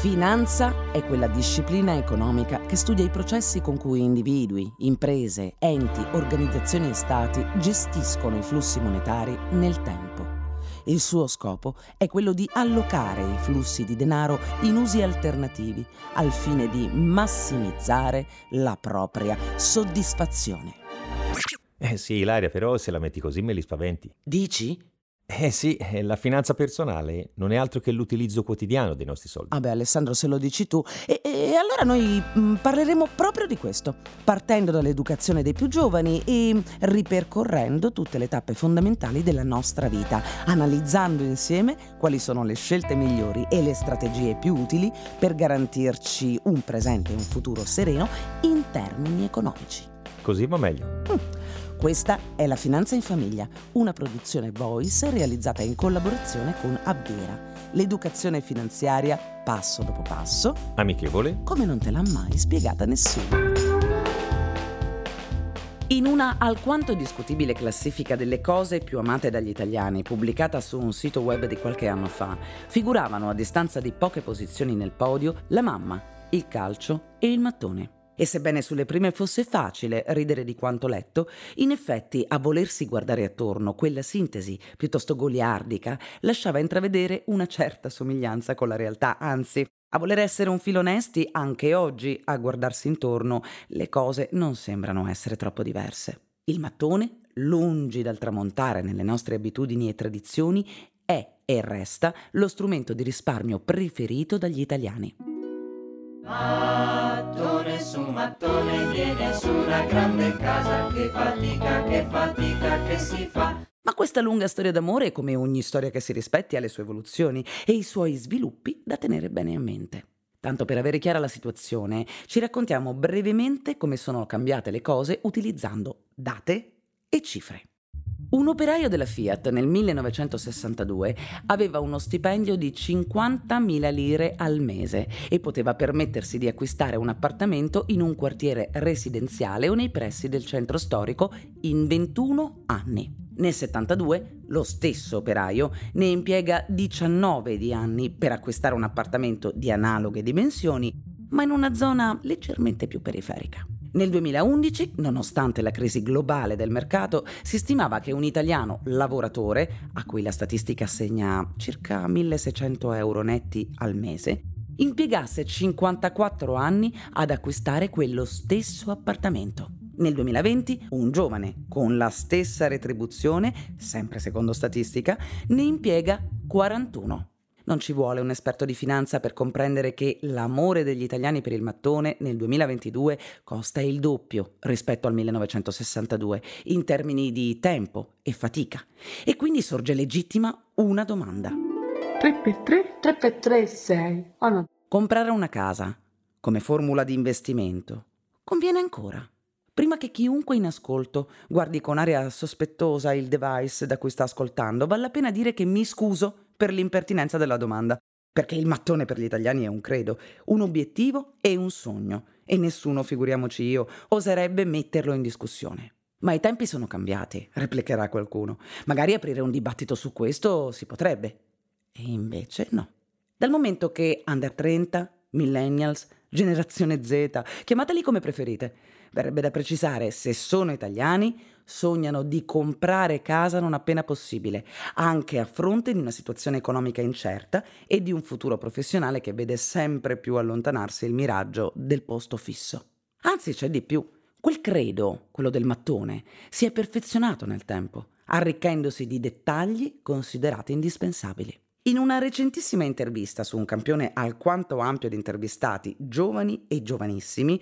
Finanza è quella disciplina economica che studia i processi con cui individui, imprese, enti, organizzazioni e stati gestiscono i flussi monetari nel tempo. Il suo scopo è quello di allocare i flussi di denaro in usi alternativi al fine di massimizzare la propria soddisfazione. Sì, Ilaria, però se la metti così me li spaventi. Dici? Sì, la finanza personale non è altro che l'utilizzo quotidiano dei nostri soldi. Vabbè Alessandro, se lo dici tu. E allora noi parleremo proprio di questo, partendo dall'educazione dei più giovani e ripercorrendo tutte le tappe fondamentali della nostra vita, analizzando insieme quali sono le scelte migliori e le strategie più utili per garantirci un presente e un futuro sereno in termini economici. Così va meglio. Questa è La Finanza in Famiglia, una produzione Voice realizzata in collaborazione con Abbera, l'educazione finanziaria passo dopo passo, Amichevole. come non te l'ha mai spiegata nessuno. In una alquanto discutibile classifica delle cose più amate dagli italiani, pubblicata su un sito web di qualche anno fa, figuravano a distanza di poche posizioni nel podio la mamma, il calcio e il mattone. E sebbene sulle prime fosse facile ridere di quanto letto, in effetti a volersi guardare attorno quella sintesi piuttosto goliardica lasciava intravedere una certa somiglianza con la realtà, anzi, a voler essere un filo onesti, anche oggi, a guardarsi intorno, le cose non sembrano essere troppo diverse. Il mattone, lungi dal tramontare nelle nostre abitudini e tradizioni, è e resta lo strumento di risparmio preferito dagli italiani. Mattone su mattone viene su una grande casa, che fatica che si fa. Ma questa lunga storia d'amore, come ogni storia che si rispetti, ha le sue evoluzioni e i suoi sviluppi da tenere bene a mente. Tanto per avere chiara la situazione, ci raccontiamo brevemente come sono cambiate le cose utilizzando date e cifre. Un operaio della Fiat nel 1962 aveva uno stipendio di 50.000 lire al mese e poteva permettersi di acquistare un appartamento in un quartiere residenziale o nei pressi del centro storico in 21 anni. Nel 72 lo stesso operaio ne impiega 19 di anni per acquistare un appartamento di analoghe dimensioni, ma in una zona leggermente più periferica. Nel 2011, nonostante la crisi globale del mercato, si stimava che un italiano lavoratore, a cui la statistica assegna circa 1.600 euro netti al mese, impiegasse 54 anni ad acquistare quello stesso appartamento. Nel 2020, un giovane con la stessa retribuzione, sempre secondo statistica, ne impiega 41. Non ci vuole un esperto di finanza per comprendere che l'amore degli italiani per il mattone nel 2022 costa il doppio rispetto al 1962 in termini di tempo e fatica. E quindi sorge legittima una domanda. 3 per 3? 3 per 3 6. Oh no. Comprare una casa come formula di investimento conviene ancora? Prima che chiunque in ascolto guardi con aria sospettosa il device da cui sta ascoltando, vale la pena dire che mi scuso per l'impertinenza della domanda, perché il mattone per gli italiani è un credo, un obiettivo e un sogno, e nessuno, figuriamoci io, oserebbe metterlo in discussione. Ma i tempi sono cambiati, replicherà qualcuno. Magari aprire un dibattito su questo si potrebbe. E invece no. Dal momento che under 30, millennials, generazione Z, chiamateli come preferite, verrebbe da precisare, se sono italiani, sognano di comprare casa non appena possibile, anche a fronte di una situazione economica incerta e di un futuro professionale che vede sempre più allontanarsi il miraggio del posto fisso. Anzi, c'è di più. Quel credo, quello del mattone, si è perfezionato nel tempo, arricchendosi di dettagli considerati indispensabili. In una recentissima intervista su un campione alquanto ampio di intervistati, giovani e giovanissimi,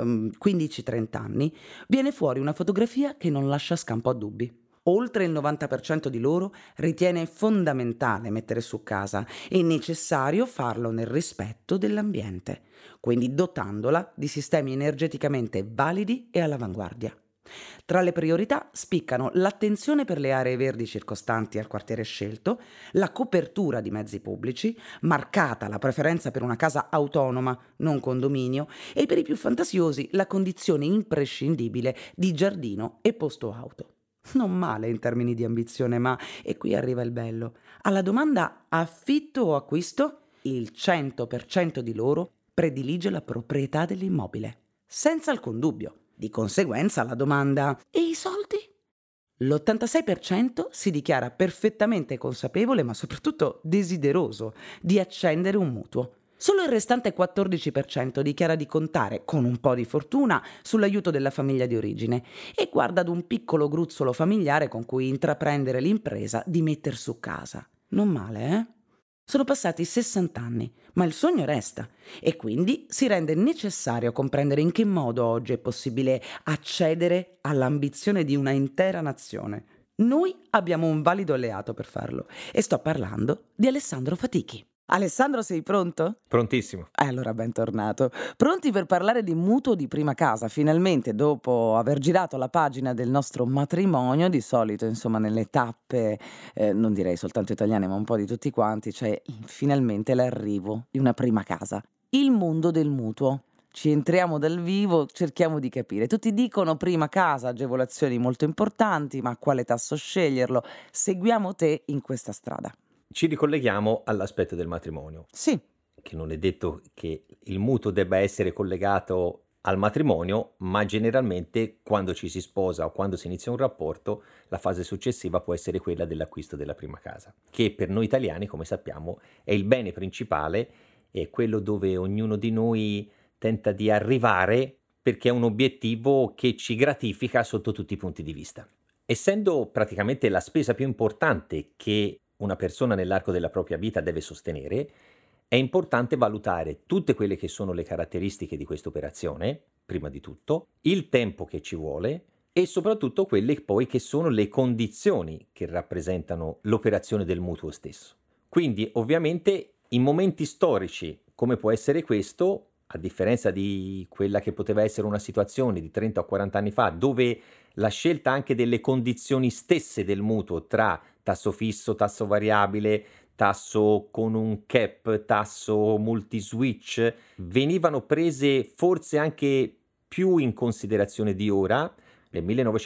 15-30 anni, viene fuori una fotografia che non lascia scampo a dubbi. Oltre il 90% di loro ritiene fondamentale mettere su casa e necessario farlo nel rispetto dell'ambiente, quindi dotandola di sistemi energeticamente validi e all'avanguardia. Tra le priorità spiccano l'attenzione per le aree verdi circostanti al quartiere scelto, la copertura di mezzi pubblici, marcata la preferenza per una casa autonoma, non condominio, e per i più fantasiosi la condizione imprescindibile di giardino e posto auto. Non male in termini di ambizione, ma, e qui arriva il bello, alla domanda affitto o acquisto il 100% di loro predilige la proprietà dell'immobile, senza alcun dubbio. Di conseguenza la domanda: e i soldi? L'86% si dichiara perfettamente consapevole, ma soprattutto desideroso, di accendere un mutuo. Solo il restante 14% dichiara di contare, con un po' di fortuna, sull'aiuto della famiglia di origine e guarda ad un piccolo gruzzolo familiare con cui intraprendere l'impresa di metter su casa. Non male, eh? Sono passati 60 anni, ma il sogno resta e quindi si rende necessario comprendere in che modo oggi è possibile accedere all'ambizione di una intera nazione. Noi abbiamo un valido alleato per farlo e sto parlando di Alessandro Fatichi. Alessandro, sei pronto? Prontissimo. Allora, bentornato. Pronti per parlare di mutuo di prima casa? Finalmente, dopo aver girato la pagina del nostro matrimonio, di solito, insomma, nelle tappe, non direi soltanto italiane, ma un po' di tutti quanti, c'è finalmente l'arrivo di una prima casa. Il mondo del mutuo. Ci entriamo dal vivo, cerchiamo di capire. Tutti dicono prima casa, agevolazioni molto importanti, ma a quale tasso sceglierlo? Seguiamo te in questa strada. Ci ricolleghiamo all'aspetto del matrimonio, Sì. che non è detto che il mutuo debba essere collegato al matrimonio, ma generalmente quando ci si sposa o quando si inizia un rapporto, la fase successiva può essere quella dell'acquisto della prima casa, che per noi italiani, come sappiamo, è il bene principale, è quello dove ognuno di noi tenta di arrivare perché è un obiettivo che ci gratifica sotto tutti i punti di vista. Essendo praticamente la spesa più importante che una persona nell'arco della propria vita deve sostenere, è importante valutare tutte quelle che sono le caratteristiche di questa operazione, prima di tutto, il tempo che ci vuole e soprattutto quelle poi che sono le condizioni che rappresentano l'operazione del mutuo stesso. Quindi, ovviamente, in momenti storici come può essere questo, a differenza di quella che poteva essere una situazione di 30 o 40 anni fa, dove la scelta anche delle condizioni stesse del mutuo tra tasso fisso, tasso variabile, tasso con un cap, tasso multi-switch, venivano prese forse anche più in considerazione di ora. Nel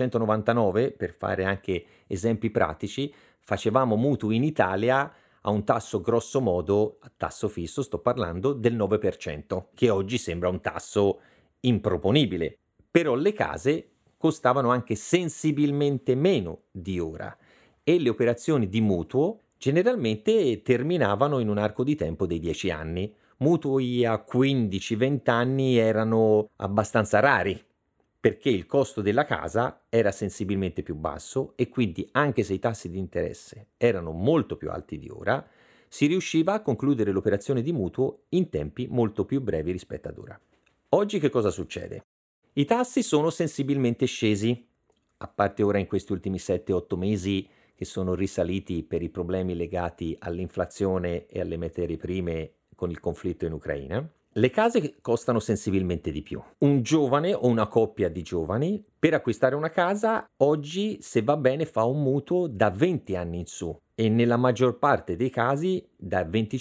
1999, per fare anche esempi pratici, facevamo mutui in Italia a un tasso grosso modo, a tasso fisso sto parlando, del 9%, che oggi sembra un tasso improponibile. Però le case costavano anche sensibilmente meno di ora e le operazioni di mutuo generalmente terminavano in un arco di tempo dei 10 anni. Mutui a 15-20 anni erano abbastanza rari perché il costo della casa era sensibilmente più basso e quindi anche se i tassi di interesse erano molto più alti di ora, si riusciva a concludere l'operazione di mutuo in tempi molto più brevi rispetto ad ora. Oggi che cosa succede? I tassi sono sensibilmente scesi, a parte ora in questi ultimi 7-8 mesi che sono risaliti per i problemi legati all'inflazione e alle materie prime con il conflitto in Ucraina. Le case costano sensibilmente di più. Un giovane o una coppia di giovani per acquistare una casa oggi, se va bene, fa un mutuo da 20 anni in su e nella maggior parte dei casi da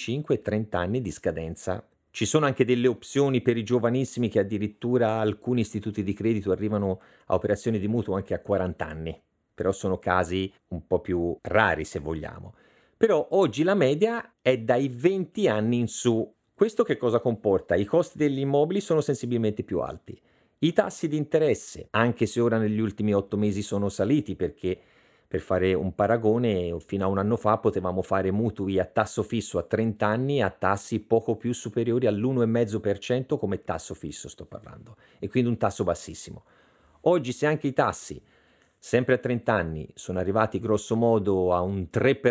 25-30 anni di scadenza. Ci sono anche delle opzioni per i giovanissimi che addirittura alcuni istituti di credito arrivano a operazioni di mutuo anche a 40 anni, però sono casi un po' più rari se vogliamo. Però oggi la media è dai 20 anni in su. Questo che cosa comporta? I costi degli immobili sono sensibilmente più alti. I tassi di interesse, anche se ora negli ultimi 8 mesi sono saliti perché, per fare un paragone, fino a un anno fa potevamo fare mutui a tasso fisso a 30 anni a tassi poco più superiori all'1,5% come tasso fisso sto parlando, e quindi un tasso bassissimo. Oggi se anche i tassi, sempre a 30 anni, sono arrivati grosso modo a un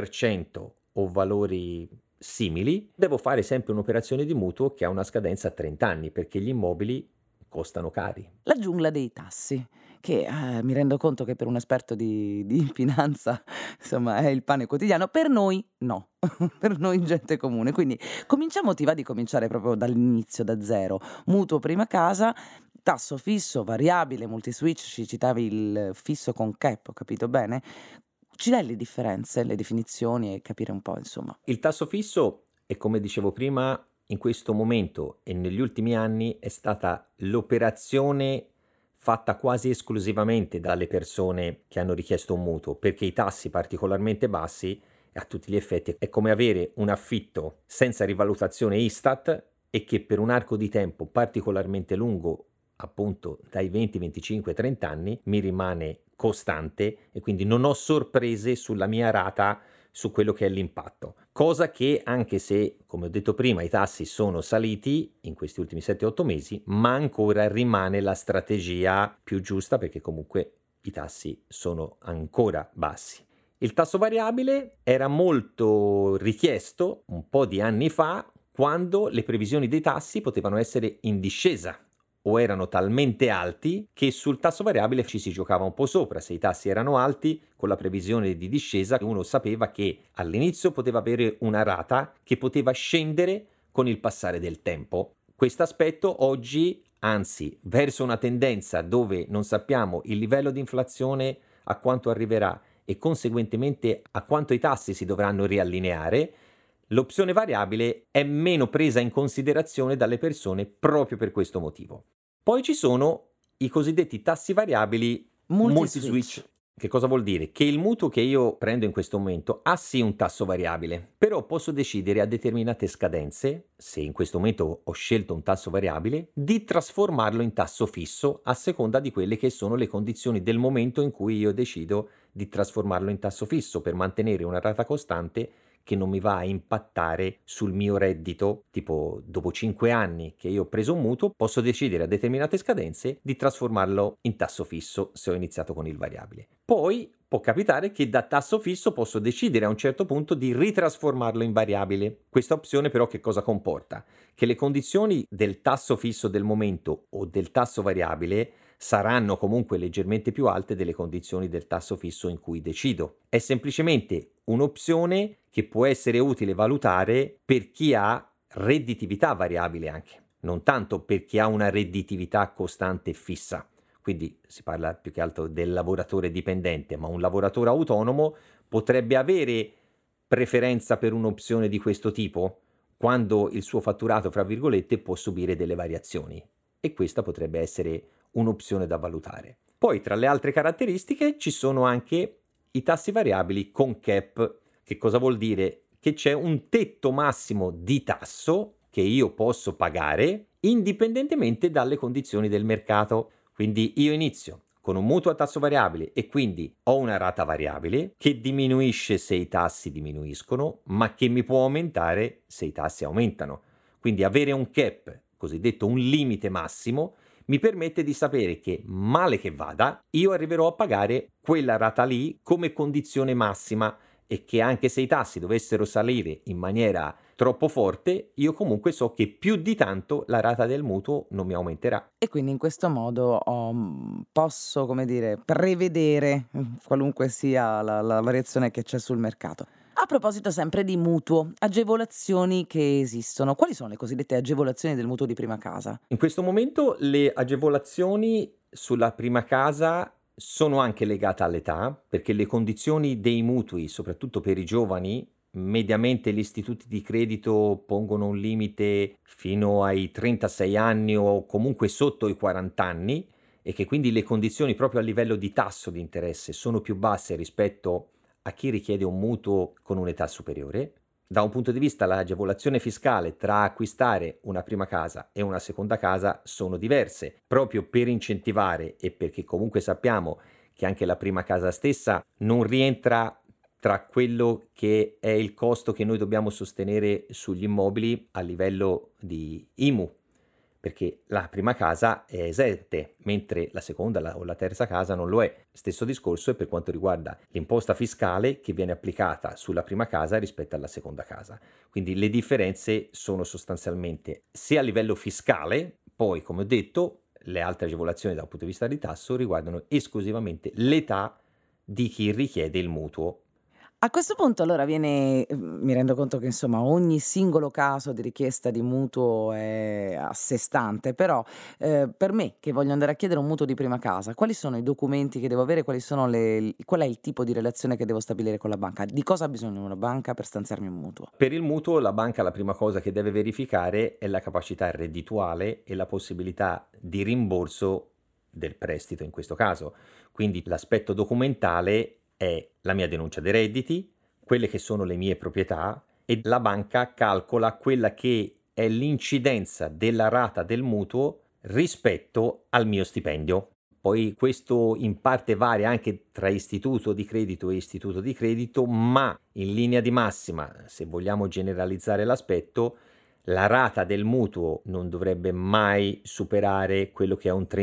3% o valori simili, devo fare sempre un'operazione di mutuo che ha una scadenza a 30 anni perché gli immobili costano cari. La giungla dei tassi, che mi rendo conto che per un esperto di finanza, insomma, è il pane quotidiano. Per noi no, per noi gente comune. Quindi ti va di cominciare proprio dall'inizio, da zero. Mutuo prima casa, tasso fisso, variabile, multiswitch, ci citavi il fisso con cap, ho capito bene? Ci dai le differenze, le definizioni e capire un po', insomma. Il tasso fisso è, come dicevo prima, in questo momento e negli ultimi anni è stata l'operazione fatta quasi esclusivamente dalle persone che hanno richiesto un mutuo, perché i tassi particolarmente bassi a tutti gli effetti è come avere un affitto senza rivalutazione Istat e che per un arco di tempo particolarmente lungo, appunto dai 20, 25, 30 anni, mi rimane costante e quindi non ho sorprese sulla mia rata su quello che è l'impatto. Cosa che, anche se, come ho detto prima, i tassi sono saliti in questi ultimi 7-8 mesi, ma ancora rimane la strategia più giusta perché comunque i tassi sono ancora bassi. Il tasso variabile era molto richiesto un po' di anni fa, quando le previsioni dei tassi potevano essere in discesa o erano talmente alti che sul tasso variabile ci si giocava un po' sopra. Se i tassi erano alti, con la previsione di discesa, uno sapeva che all'inizio poteva avere una rata che poteva scendere con il passare del tempo. Questo aspetto oggi, anzi, verso una tendenza dove non sappiamo il livello di inflazione a quanto arriverà e conseguentemente a quanto i tassi si dovranno riallineare, l'opzione variabile è meno presa in considerazione dalle persone proprio per questo motivo. Poi ci sono i cosiddetti tassi variabili multi-switch. Che cosa vuol dire? Che il mutuo che io prendo in questo momento ha sì un tasso variabile, però posso decidere a determinate scadenze, se in questo momento ho scelto un tasso variabile, di trasformarlo in tasso fisso a seconda di quelle che sono le condizioni del momento in cui io decido di trasformarlo in tasso fisso per mantenere una rata costante che non mi va a impattare sul mio reddito. Tipo, dopo 5 anni che io ho preso un mutuo, posso decidere a determinate scadenze di trasformarlo in tasso fisso se ho iniziato con il variabile. Poi può capitare che da tasso fisso posso decidere a un certo punto di ritrasformarlo in variabile. Questa opzione però che cosa comporta? Che le condizioni del tasso fisso del momento o del tasso variabile saranno comunque leggermente più alte delle condizioni del tasso fisso in cui decido. È semplicemente un'opzione che può essere utile valutare per chi ha redditività variabile anche, non tanto per chi ha una redditività costante e fissa. Quindi si parla più che altro del lavoratore dipendente, ma un lavoratore autonomo potrebbe avere preferenza per un'opzione di questo tipo quando il suo fatturato, fra virgolette, può subire delle variazioni. E questa potrebbe essere un'opzione da valutare. Poi tra le altre caratteristiche ci sono anche i tassi variabili con cap. Che cosa vuol dire? Che c'è un tetto massimo di tasso che io posso pagare indipendentemente dalle condizioni del mercato. Quindi io inizio con un mutuo a tasso variabile e quindi ho una rata variabile che diminuisce se i tassi diminuiscono, ma che mi può aumentare se i tassi aumentano. Quindi avere un cap, cosiddetto un limite massimo, mi permette di sapere che, male che vada, io arriverò a pagare quella rata lì come condizione massima e che anche se i tassi dovessero salire in maniera troppo forte, io comunque so che più di tanto la rata del mutuo non mi aumenterà. E quindi in questo modo posso, come dire, prevedere qualunque sia la variazione che c'è sul mercato. A proposito sempre di mutuo, agevolazioni che esistono. Quali sono le cosiddette agevolazioni del mutuo di prima casa? In questo momento le agevolazioni sulla prima casa sono anche legate all'età, perché le condizioni dei mutui, soprattutto per i giovani, mediamente gli istituti di credito pongono un limite fino ai 36 anni o comunque sotto i 40 anni e che quindi le condizioni proprio a livello di tasso di interesse sono più basse rispetto a chi richiede un mutuo con un'età superiore. Da un punto di vista l'agevolazione fiscale tra acquistare una prima casa e una seconda casa sono diverse, proprio per incentivare e perché comunque sappiamo che anche la prima casa stessa non rientra tra quello che è il costo che noi dobbiamo sostenere sugli immobili a livello di IMU, perché la prima casa è esente, mentre la seconda o la terza casa non lo è. Stesso discorso è per quanto riguarda l'imposta fiscale che viene applicata sulla prima casa rispetto alla seconda casa. Quindi le differenze sono sostanzialmente sia a livello fiscale, poi come ho detto, le altre agevolazioni dal punto di vista di tasso riguardano esclusivamente l'età di chi richiede il mutuo. A questo punto allora mi rendo conto che insomma ogni singolo caso di richiesta di mutuo è a sé stante, però per me che voglio andare a chiedere un mutuo di prima casa, quali sono i documenti che devo avere, qual è il tipo di relazione che devo stabilire con la banca? Di cosa ha bisogno una banca per stanziarmi un mutuo? Per il mutuo la banca la prima cosa che deve verificare è la capacità reddituale e la possibilità di rimborso del prestito in questo caso. Quindi l'aspetto documentale è la mia denuncia dei redditi, quelle che sono le mie proprietà e la banca calcola quella che è l'incidenza della rata del mutuo rispetto al mio stipendio. Poi questo in parte varia anche tra istituto di credito e istituto di credito, ma in linea di massima, se vogliamo generalizzare l'aspetto, la rata del mutuo non dovrebbe mai superare quello che è un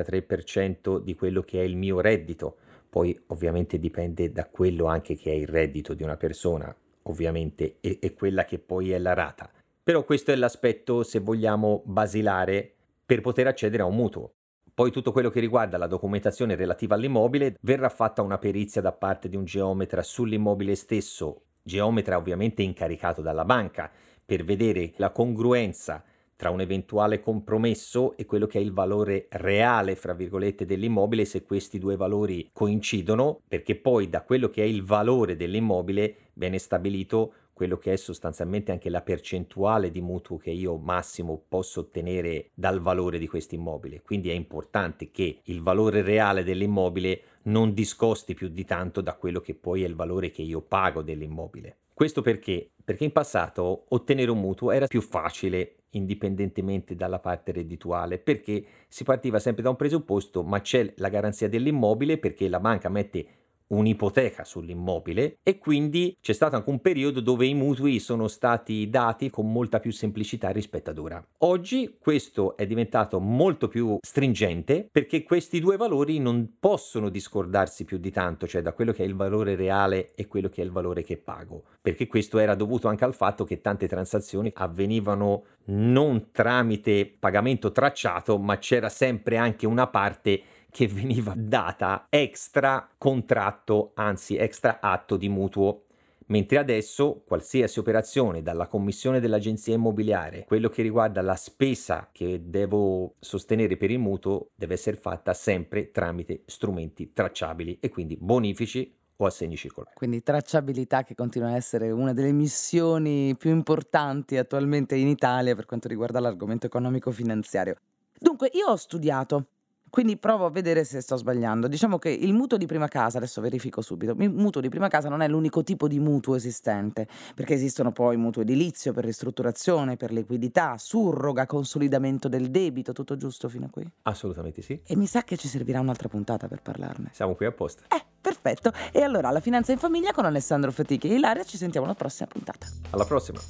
30-33% di quello che è il mio reddito. Poi ovviamente dipende da quello anche che è il reddito di una persona, ovviamente, e quella che poi è la rata. Però questo è l'aspetto, se vogliamo, basilare per poter accedere a un mutuo. Poi tutto quello che riguarda la documentazione relativa all'immobile verrà fatta una perizia da parte di un geometra sull'immobile stesso, geometra ovviamente incaricato dalla banca, per vedere la congruenza tra un eventuale compromesso e quello che è il valore reale, fra virgolette, dell'immobile, se questi due valori coincidono, perché poi da quello che è il valore dell'immobile viene stabilito quello che è sostanzialmente anche la percentuale di mutuo che io massimo posso ottenere dal valore di questo immobile. Quindi è importante che il valore reale dell'immobile non discosti più di tanto da quello che poi è il valore che io pago dell'immobile. Questo perché? Perché in passato ottenere un mutuo era più facile indipendentemente dalla parte reddituale, perché si partiva sempre da un presupposto, ma c'è la garanzia dell'immobile perché la banca mette un'ipoteca sull'immobile e quindi c'è stato anche un periodo dove i mutui sono stati dati con molta più semplicità rispetto ad ora. Oggi questo è diventato molto più stringente perché questi due valori non possono discordarsi più di tanto, cioè da quello che è il valore reale e quello che è il valore che pago, perché questo era dovuto anche al fatto che tante transazioni avvenivano non tramite pagamento tracciato, ma c'era sempre anche una parte che veniva data extra contratto, anzi extra atto di mutuo, mentre adesso qualsiasi operazione dalla commissione dell'agenzia immobiliare, quello che riguarda la spesa che devo sostenere per il mutuo, deve essere fatta sempre tramite strumenti tracciabili e quindi bonifici o assegni circolari. Quindi tracciabilità che continua a essere una delle missioni più importanti attualmente in Italia per quanto riguarda l'argomento economico-finanziario. Dunque, io ho studiato, quindi provo a vedere se sto sbagliando. Diciamo che il mutuo di prima casa, adesso verifico subito, il mutuo di prima casa non è l'unico tipo di mutuo esistente, perché esistono poi mutuo edilizio per ristrutturazione, per liquidità, surroga, consolidamento del debito, tutto giusto fino a qui? Assolutamente sì. E mi sa che ci servirà un'altra puntata per parlarne. Siamo qui apposta. Perfetto. E allora, la finanza in famiglia con Alessandro Fatichi e Ilaria, ci sentiamo alla prossima puntata. Alla prossima.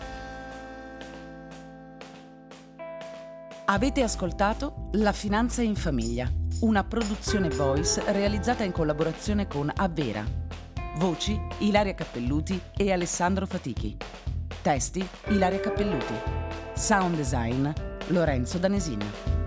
Avete ascoltato La Finanza in Famiglia, una produzione Voice realizzata in collaborazione con Avvera. Voci Ilaria Cappelluti e Alessandro Fatichi. Testi Ilaria Cappelluti. Sound design Lorenzo Danesin.